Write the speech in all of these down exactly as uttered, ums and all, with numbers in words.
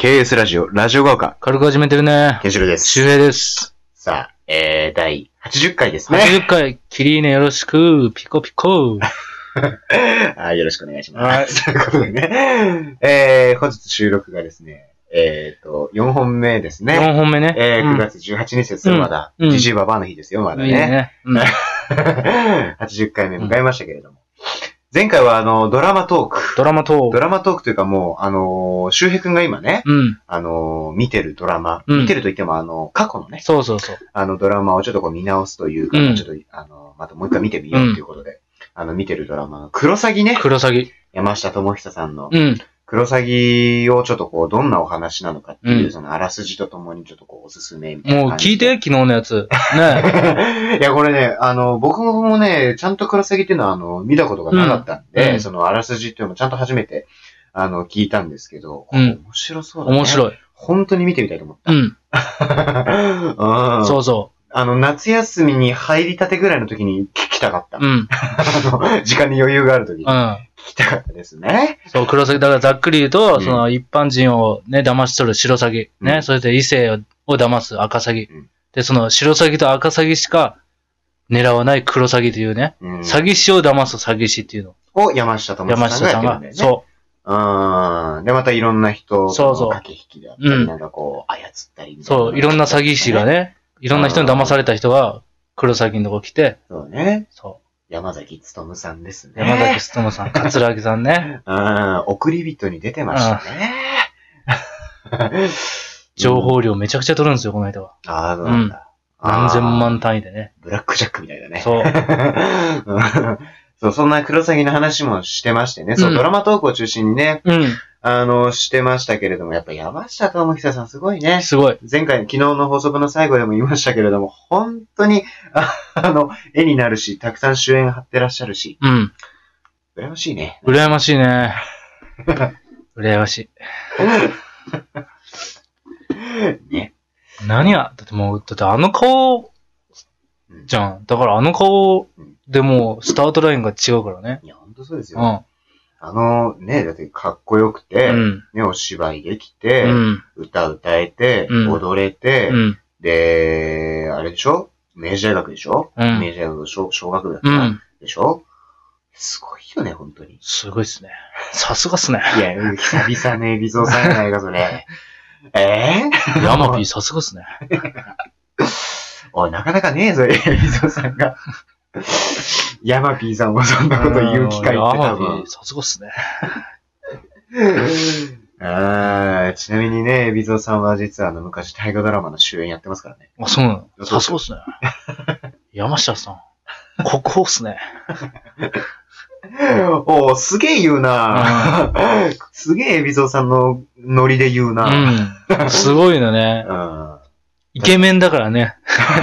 ケーエス ラジオ、ラジオが丘。 軽く始めてるね。 ケンシロウです。 周平です。 さあ、えー、だいはちじゅっかいですね。 はちじゅっかい、キリーネよろしく、ピコピコ。 はい、よろしくお願いします。はい。ということでね、えー、本日収録がですね、えーと、よんほんめですね。 よんほんめね。 えー、くがつじゅうはちにちですよ、まだ。 うん。 ジジイババアの日ですよ、まだね。いいね。うん、はちじゅっかいめ迎えましたけれども。前回はあの、ドラマトーク。 ドラマトーク。 ドラマトークというかもう、あのー、周平くんが今ね、 うん。 あのー、見てるドラマ、 うん、 見てると言ってもあの、過去のね、 そうそうそう。 あの、ドラマをちょっとこう見直すというか、うん、ちょっと、あの、またもう一回見てみようということで、うん、あの、見てるドラマ、クロサギね。 クロサギ。 山下智久さんの、 うん。 クロサギをちょっとこう、どんなお話なのかっていう、うん、そのあらすじとともにちょっとこう、おすすめみたいな。 もう聞いて、昨日のやつ。ねいや、これね、あの、僕もね、ちゃんとクロサギっていうのは、あの、見たことがなかったんで、うん、そのあらすじっていうのもちゃんと初めて、あの、聞いたんですけど、うん、面白そうだね。 面白い。 本当に見てみたいと思った。うん。うん、 そうそう。 あの、夏休みに入りたてぐらいの時に聞きたかった。 うん。 あの、時間に余裕がある時に。うん。聞きたかったですね。 そう、クロサギ、だからざっくり言うと、うん、その一般人をね、騙し取るシロサギ。ね、うん、それで異性を騙すアカサギ。うん、で、そのシロサギとアカサギしか狙わないクロサギというね、うん、詐欺師を騙す詐欺師っていうの。 を山下智久さんがやってるんだよね。 そう。 うん。で、またいろんな人の駆け引きであったり、そうそうなんかこう、操ったりみたいな、 そう、いろんな詐欺師がね、いろんな人に騙された人が、クロサギのとこ来て。 そうね。 そう。 山崎努さんですね。 山崎努さん、桂木さんね。 うん。送り人に出てましたね。 情報量めちゃくちゃ取るんですよ、この間は。 ああ、そうなんだ。 うん、何千万単位でね。 ブラックジャックみたいだね。 そう。 そう、そんなクロサギの話もしてましてね。そう、うん、ドラマトークを中心にね。うん。あの、してましたけれども、やっぱ山下智久さんすごいね。 すごい。 前回、昨日の放送の最後でも言いましたけれども、本当に、あ, あの、絵になるし、たくさん主演張ってらっしゃるし。うん。羨ましいね。 羨ましいね。羨ましい。ね。何やだってもう、だってあの顔、じゃん。だからあの顔でもう、スタートラインが違うからね。 いや、本当そうですよ。うん。あの、ね、だってかっこよくて、うん、ね、お芝居できて、うん、歌歌えて、うん、踊れて、うん、で、あれでしょ明治大学でしょ、うん、明治大学小小学部だった、うん、でしょすごいよね、本当に。 すごいっすね。さすがっすね。 いや、久々ね、海老蔵さんやないか、それ。えぇ、ー、ヤマピーさすがっすね。 おい、なかなかねえぞ、海老蔵さんが。ヤマピーさんもそんなこと言う機会って多分。ヤマピー、 さすがっすね。 あちなみにね、海老蔵さんは実はあの昔大河ドラマの主演やってますからね。 あ、そうなの？さすがっすね。山下さん。国宝っすね。 おー、すげえ言うな、うん、すげえ海老蔵さんのノリで言うな、 うん、すごいのね、うん。イケメンだからね。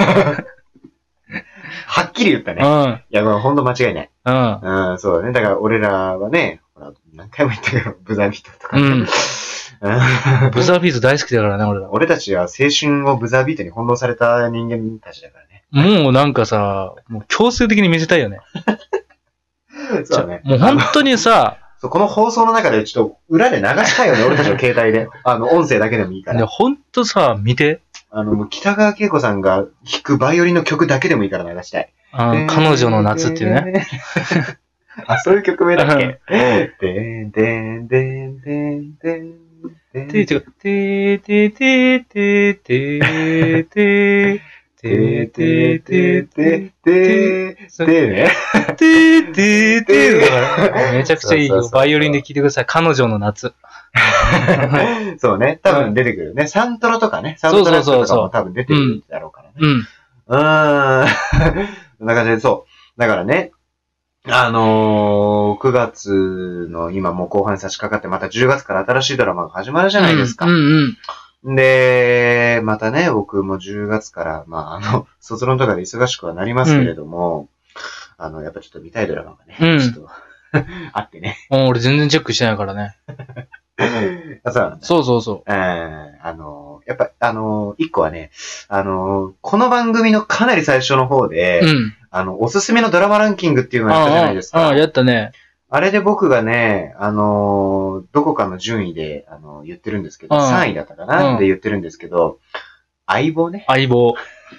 はっきり言ったね。うん。いや、これほんと間違いない。うん。うん、そうだね。だから俺らはね、ほら、何回も言ったけど、ブザービートとか、ね。うん。 ブザービート大好きだからね、俺ら。 俺たちは青春をブザービートに翻弄された人間たちだからね。 もうなんかさ、もう強制的に見せたいよね。 そうだね。 もう本当にさ、 そう、この放送の中でちょっと裏で流したいよね、俺たちの携帯で。あの、音声だけでもいいから。 で、ほんとさ、見て。 あの、北川景子さんが弾くバイオリンの曲だけでもいいから流したい。 あ彼女の夏っていうね。 あ、そういう曲名だっけ？でんでんでんでんでんでん。ててててててててててててててね。 てててめちゃくちゃいいよ。バイオリンで聴いてください。彼女の夏。 そうね。多分出てくるね。サントラとかね。サントラとかも多分出てくるだろうからね。うん。うーん。そんな感じで、そう。だからね、あのー、くがつの今もう後半に差し掛かって、またじゅうがつから新しいドラマが始まるじゃないですか。うんうんうん、で、またね、僕もじゅうがつから、まあ、あの、卒論とかで忙しくはなりますけれども、うん、あの、やっぱちょっと見たいドラマがね、うん、ちょっと、あってね。 もう俺全然チェックしてないからね。 そうそうそう。 うん。あの、やっぱ、あの、一個はね、あの、この番組のかなり最初の方で、うん、あの、おすすめのドラマランキングっていうのをやったじゃないですか。 ああ、やったね。 あれで僕がね、あのー、どこかの順位で、あのー、言ってるんですけど、うん、さんいだったかな、うん、で言ってるんですけど、相棒ね。 相棒。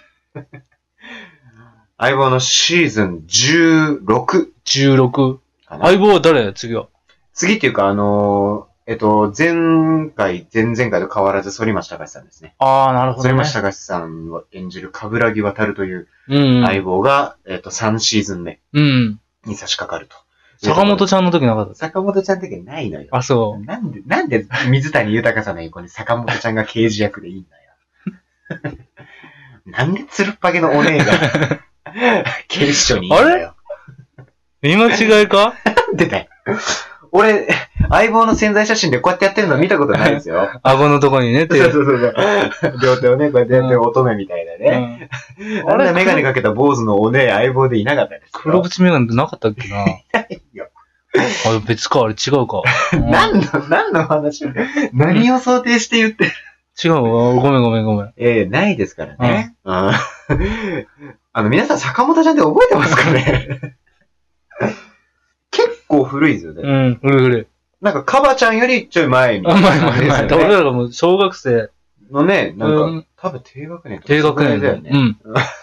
相棒のシーズンじゅうろく。 じゅうろく。相棒は誰次は次っていうか、あのー、えっと、前回、前々回と変わらず、反町隆史さんですね。 ああ、なるほど、ね。 反町隆史さんを演じる冠城渡という相棒が、うんうん、えっと、さんシーズン目に差し掛かると。 坂本ちゃんの時なかった坂本ちゃんの時ないのよ。 あ、そう。 なんで、なんで水谷豊さんの横に坂本ちゃんが刑事役でいいんだよ。なんでつるっぱげのお姉が警視庁にいるんだよ。 あれ見間違いかなんでだよ。俺、相棒の潜在写真でこうやってやってるの見たことないですよ。 顎のとこにね、 手そうそうそう。両手をね、こうやってやってる乙女みたいなね。うん、あんなメガネかけた坊主のお姉相棒でいなかったですよ。 黒縁メガネってなかったっけな。いやあれ別か、あれ違うか。 何の、何の話何を想定して言ってる違うわ。ごめんごめんごめん。 ええー、ないですからね。うん、あの、皆さん坂本ちゃんって覚えてますかね結構古いですよね。 うん、古い古い。 なんか、カバちゃんよりちょい前に。 あ、前前前。俺らがもう小学生。 のね、なんか、うん、多分低学年とか。 低学年だよね。うん。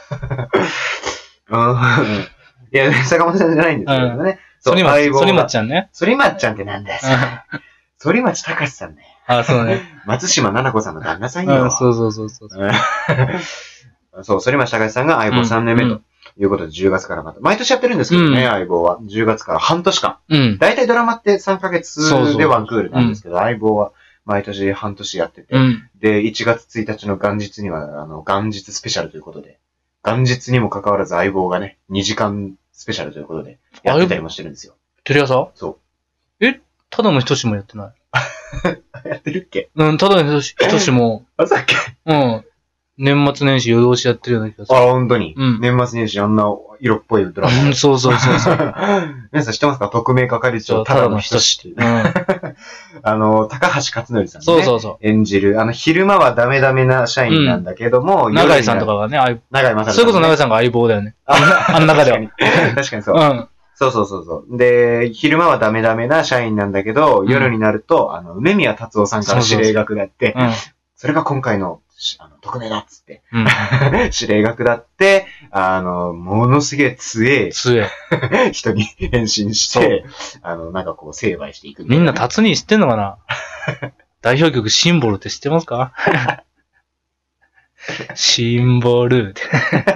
いや、坂本ちゃんじゃないんですけどね。 そう、反町ちゃんね。 反町ちゃんってなんだよ。反町隆史さんね。 あ、そうね。 松島奈々子さんの旦那さんよ。 そうそうそうそう。 そう、反町隆史さんが相棒さんねんめということでじゅうがつからまた。毎年やってるんですけどね、相棒は。じゅうがつから半年間。うん。だいたいドラマってさんかげつでワンクールなんですけど、相棒は毎年半年やってて。で、いちがつついたちの元日には、あの、元日スペシャルということで。元日にもかかわらず相棒がね、にじかんスペシャルということで、やってたりもしてるんですよ。 テレ朝？ そう。 えただのひとしもやってないやってるっけ？ うん、ただのひとしも。 あ、さっけ？ うん。年末年始夜通しやってるような気がする。 あ、本当に。うん。年末年始あんな色っぽいドラマ。 うん、そうそうそうそう。 皆さん知ってますか？特命係長、ただのひとしっていう。うん。あの、高橋克典さんね。 そうそうそう。 演じる。あの、昼間はダメダメな社員なんだけども、 永井さんとかがね、 永井正さん。 それこそ永井さんが相棒だよね。あん中では。 確かにそう。うん。そうそうそうそう。で、昼間はダメダメな社員なんだけど、夜になると、あの、梅宮達夫さんから指令が下って、それが今回の、あの、特命だっつって、うん、指令が下って、あの、ものすげえ強え、 強え、人に変身して、あの、なんかこう、成敗していくみみんな達に知ってんのかな代表曲シンボルって知ってますかシンボルって。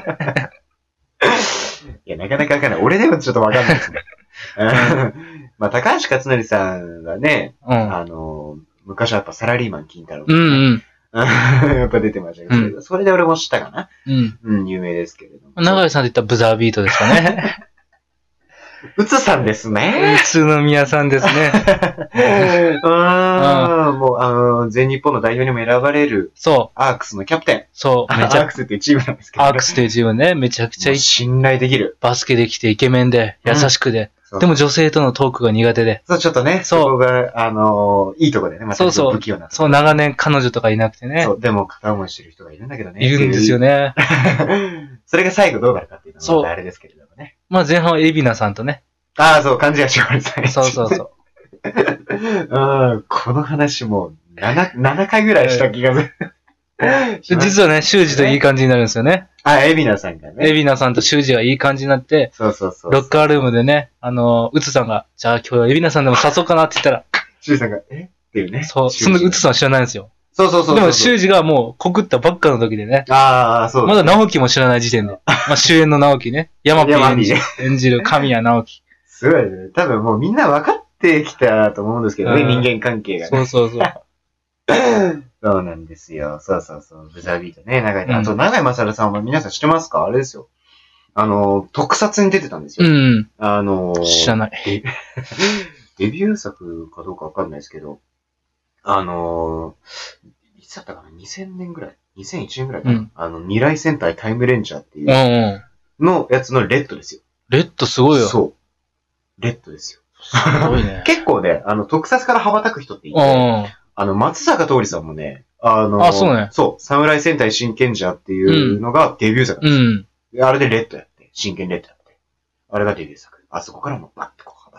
いや、なかなかわかんない。俺でもちょっとわかんないですね。まあ、高橋克典さんがね、うん、あの、昔はやっぱサラリーマン金太郎、ね。 うんうん。 やっぱ出てましたけど、うん、それで俺も知ったかな。 うん。 うん、有名ですけれども。 長井さんと言ったらブザービートですかね。 うつさんですね。 宇都宮さんですね。 うーん。もう、あの、全日本の代表にも選ばれる。 そう。 アークスのキャプテン。 そう。 めちゃアークスっていうチームなんですけど、 ね。アークスっていうチームね、めちゃくちゃ信頼できる。 バスケできてイケメンで、優しくで。うん、でも女性とのトークが苦手で。 そう、ちょっとね。そう。そこが、あのー、いいとこでね。またそうそう。 不器用な。 そう、長年彼女とかいなくてね。 そう、でも片思いしてる人がいるんだけどね。 いるんですよね。 それが最後どうなるかっていうのは、あれですけれどもね。 まあ前半はエビナさんとね。 ああ、そう、漢字がしおりさん。 そうそうそう。 うん、この話もなな、ななかいぐらいした気がする。 実はね、修二といい感じになるんですよね。 あ、エビナさんがね。 エビナさんと修二がいい感じになって、 そうそうそう。 ロッカールームでね、あの、うつさんが、じゃあ今日はエビナさんでも誘おうかなって言ったら、 修二さんが、えっていうね。 そう、そのうつさんは知らないんですよ。 そうそうそう。 でも修二がもう告ったばっかの時でね。 ああ、そう。 まだ直樹も知らない時点で。まあ主演の直樹ね。山ピー演じる、演じる神谷直樹。 すごいね。多分もうみんな分かってきたと思うんですけどね、人間関係がね。 そうそうそう。 そうなんですよ。そうそうそう。ブザービートね。長井、あと、長井勝さんは皆さん知ってますか？あれですよ。あの、特撮に出てたんですよ。 うん。 あの、 知らない。 デビュー作かどうかわかんないですけど、あの、いつだったかな ?にせんねんぐらい ?にせんいちねんぐらいかな、うん、あの、未来戦隊タイムレンジャーっていうのやつのレッドですよ。 レッドすごいよ。 そう。レッドですよ。 すごいね。 結構ね、あの、特撮から羽ばたく人っていて、あの、松坂桃李さんもね、あの、 あ、そうね。 そう、侍戦隊真剣者っていうのがデビュー作なんですよ。うん。あれでレッドやって、真剣レッドやって。あれがデビュー作。あそこからもバッとこう羽ば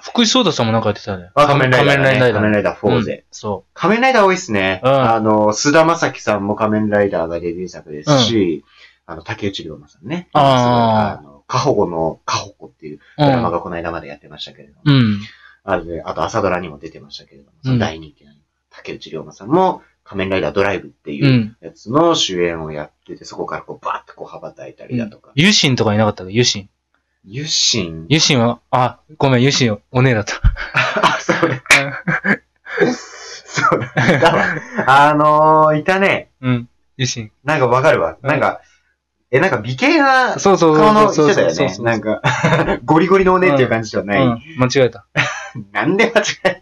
福井壮太さんもなんかやってたよね。 あ、仮面ライダー、ね。 仮面ライダー。 仮面ライダーフォーゼ。うん、 そう。 仮面ライダー多いっすね。うん、あの、菅田将暉さんも仮面ライダーがデビュー作ですし、うん、あの、竹内涼真さんね。ああの、カホコのカホコっていうドラマがこの間までやってましたけれども。うん。あれで、あと朝ドラにも出てましたけれども、その大人気な、うん、竹内涼真さんも仮面ライダードライブっていうやつの主演をやってて、そこからこうバーッとこう羽ばたいたりだとか。 ユシンとかいなかったかユシン。 ユシンユシンは、あ、ごめん、ユシンお姉だった。 あ、そうだ。そうだ。だわ。あのー、いたね。 うん。ユシン。 なんかわかるわ。なんか、え、なんか美形な顔の人だよね。なんか、ゴリゴリのお姉っていう感じではない。うんうん、 間違えた。 なんで間違え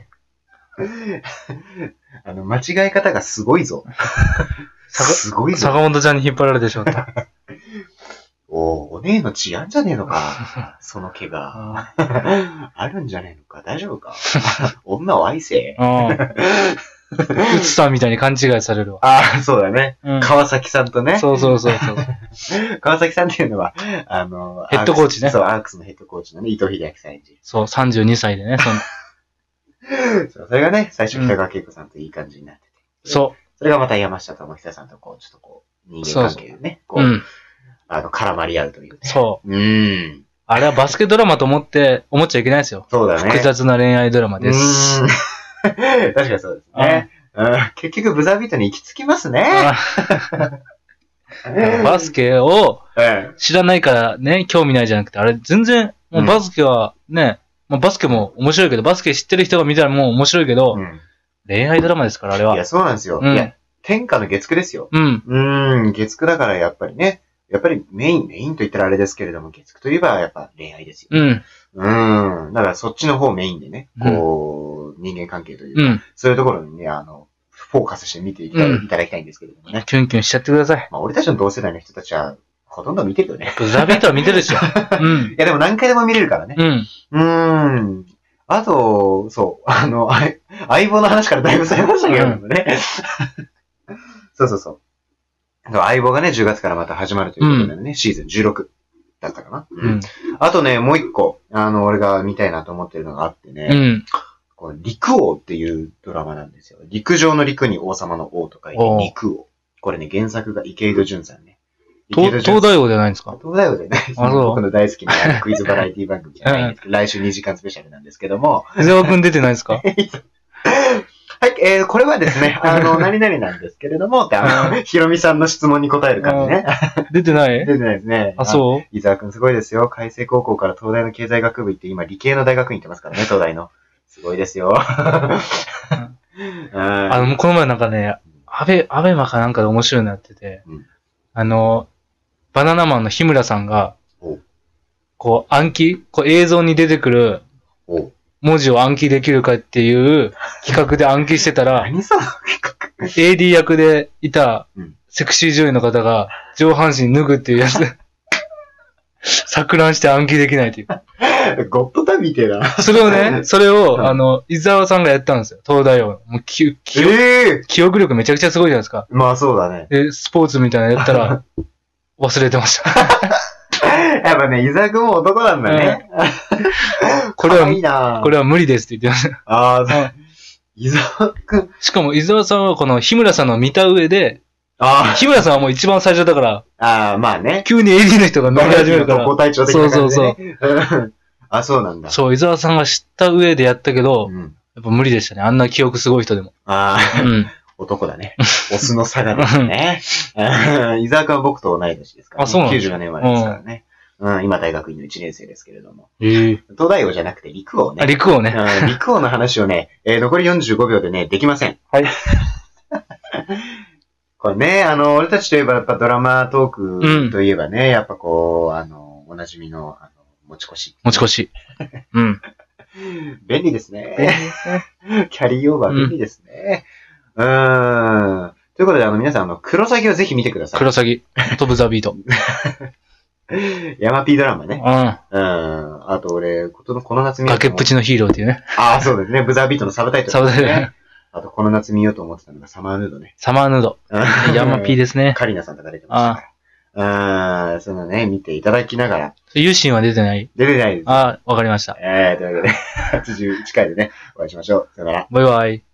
たあの、間違え方がすごいぞ。すごいぞ。 坂本ちゃんに引っ張られてしまった。 おお姉の治安じゃねえのか。その毛が。あるんじゃねえのか。大丈夫か。女を愛せ。 うつさんみたいに勘違いされるわ。 ああ、そうだね、うん。川崎さんとね。 そうそうそうそう。 川崎さんっていうのは、あの、 ヘッドコーチね。 そう、アークスのヘッドコーチのね、伊藤英明さん演じる。 そう、さんじゅうにさいでね。そ, そうそれがね、最初北川景子さんといい感じになってて。 うん、そう。 それがまた山下智久さんとこう、ちょっとこう、人間関係でね、そうそうこう、うん、あの、絡まり合うという、ね。 そう。 うん。 あれはバスケドラマと思って、思っちゃいけないですよ。 そうだね。 複雑な恋愛ドラマです。 うん確かにそうですね。うん、結局ブザービートに行き着きますね。 バスケを知らないからね、興味ないじゃなくて、あれ全然、もうバスケはね、うん、もうバスケも面白いけど、バスケ知ってる人が見たらもう面白いけど、うん、恋愛ドラマですから、あれは。 いや、そうなんですよ。うん、いや、天下の月9ですよ。 うん。 うん、月9だからやっぱりね、やっぱりメイン、メインと言ったらあれですけれども、月9といえばやっぱ恋愛ですよ。 うん。 うん。だからそっちの方メインでね、こう、うん、人間関係というか、うん、そういうところにね、あの、フォーカスして見ていただきたいんですけれどもね。 キュンキュンしちゃってください。 まあ、俺たちの同世代の人たちは、ほとんど見てるよね。 ブザービートは見てるでしょ。うん。 いや、でも何回でも見れるからね。 うん。 うーん。あと、そう、あの、相棒の話からだいぶされましたけれどもね。うん、そうそうそう。相棒がね、じゅうがつからまた始まるということでね、うん、シーズンじゅうろくだったかな。うん。あとね、もう一個、あの、俺が見たいなと思ってるのがあってね。 うん。 この陸王っていうドラマなんですよ。陸上の陸に王様の王と書いて陸王。これね、原作が池井戸潤さんね。 東大王じゃないんですか？ 東大王じゃないです、ね。僕の大好きなクイズバラエティ番組じゃないんですけど、来週にじかんスペシャルなんですけども。 伊沢くん出てないですか？ はい、えー、これはですね、あの、何々なんですけれども、あの、ひろみさんの質問に答える感じね。 出てない出てないですね。 あ、そう伊沢くんすごいですよ。海星高校から東大の経済学部行って、今理系の大学に行ってますからね、東大の。すごいですよ。あの、この前なんかね、アベ、アベマかなんかで面白いのやってて、うん、あの、バナナマンの日村さんが、こう、暗記こう映像に出てくる、文字を暗記できるかっていう企画で暗記してたら、 何その企画 エーディー 役でいたセクシー女優の方が上半身脱ぐっていうやつで、錯乱して暗記できないっていう。 ゴッドタンみてえな。 それをね、それを、あの、伊沢さんがやったんですよ。東大王。もうきき、 えー、 記憶力めちゃくちゃすごいじゃないですか。 まあそうだね。 で、スポーツみたいなのやったら、忘れてました。 やっぱね、伊沢くんも男なんだね。 うん、これは、いいなこれは無理ですって言ってました。 ああ、伊沢くん。 しかも伊沢さんはこの日村さんの見た上で、 ああ。 日村さんはもう一番最初だから、 ああ、まあね。 急に エーディー の人が乗り始めるから。 特攻隊長的な感じで、ね。 そうそうそう。 あ、そうなんだ。 そう、伊沢さんが知った上でやったけど、うん、やっぱ無理でしたね。あんな記憶すごい人でも。 ああ、うん、男だね。オスの差がですね。伊沢くんは僕と同い年ですから、ね。 あ、そうなんだ。きゅうじゅうよねん生まれですからね。うん、今大学院のいちねん生ですけれども。 えー、 東大王じゃなくて陸王ね。 あ、陸王ね。 うん、陸王の話をね、えー、残りよんじゅうごびょうでね、できません。 はい。 これね、あの、俺たちといえばやっぱドラマトークといえばね、うん、やっぱこう、あの、おなじみの、あの、持ち越し。 持ち越し。うん。 便利ですね。キャリーオーバー便利ですね。うん。ーん。ということで、あの、皆さん、あの、クロサギをぜひ見てください。 クロサギ。トブザビート。 ヤマピードラマね。 うん。 うん。あと俺、ことのこの夏見ようと崖っぷちのヒーローっていうね。 ああ、そうですね。ブザービートのサブタイトル、ね。 サブタイトル。 あと、この夏見ようと思ってたのがサマーヌードね。 サマーヌード。ヤマピーですね。 カリナさんとか出てましたから。 うん、そのね、見ていただきながら。 ユシンは出てない？ 出てないです。 あ、わかりました。 えー、というわけで、はちじゅういっかいでね、お会いしましょう。さよなら。 バイバイ。